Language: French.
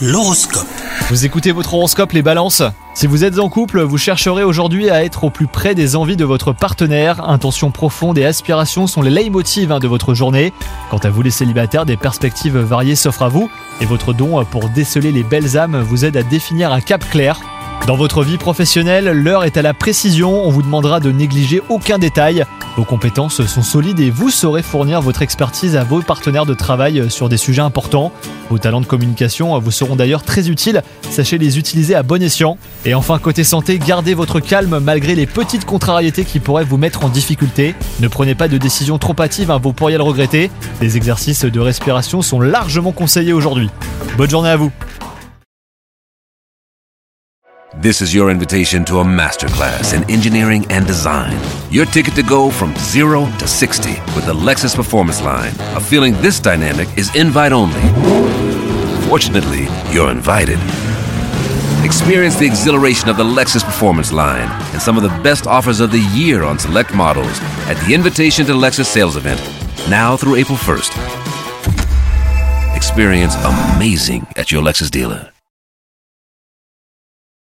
L'horoscope. Vous écoutez votre horoscope les balances ? Si vous êtes en couple, vous chercherez aujourd'hui à être au plus près des envies de votre partenaire. Intentions profondes et aspirations sont les leitmotivs de votre journée. Quant à vous les célibataires, des perspectives variées s'offrent à vous et votre don pour déceler les belles âmes vous aide à définir un cap clair. Dans votre vie professionnelle, l'heure est à la précision, on vous demandera de négliger aucun détail. Vos compétences sont solides et vous saurez fournir votre expertise à vos partenaires de travail sur des sujets importants. Vos talents de communication vous seront d'ailleurs très utiles, sachez les utiliser à bon escient. Et enfin, côté santé, gardez votre calme malgré les petites contrariétés qui pourraient vous mettre en difficulté. Ne prenez pas de décisions trop hâtives, vous pourriez le regretter. Des exercices de respiration sont largement conseillés aujourd'hui. Bonne journée à vous. This is your invitation to a masterclass in engineering and design. Your ticket to go from 0 to 60 with the Lexus Performance Line. A feeling this dynamic is invite only. Fortunately, you're invited. Experience the exhilaration of the Lexus Performance Line and some of the best offers of the year on select models at the Invitation to Lexus sales event, now through April 1st. Experience amazing at your Lexus dealer.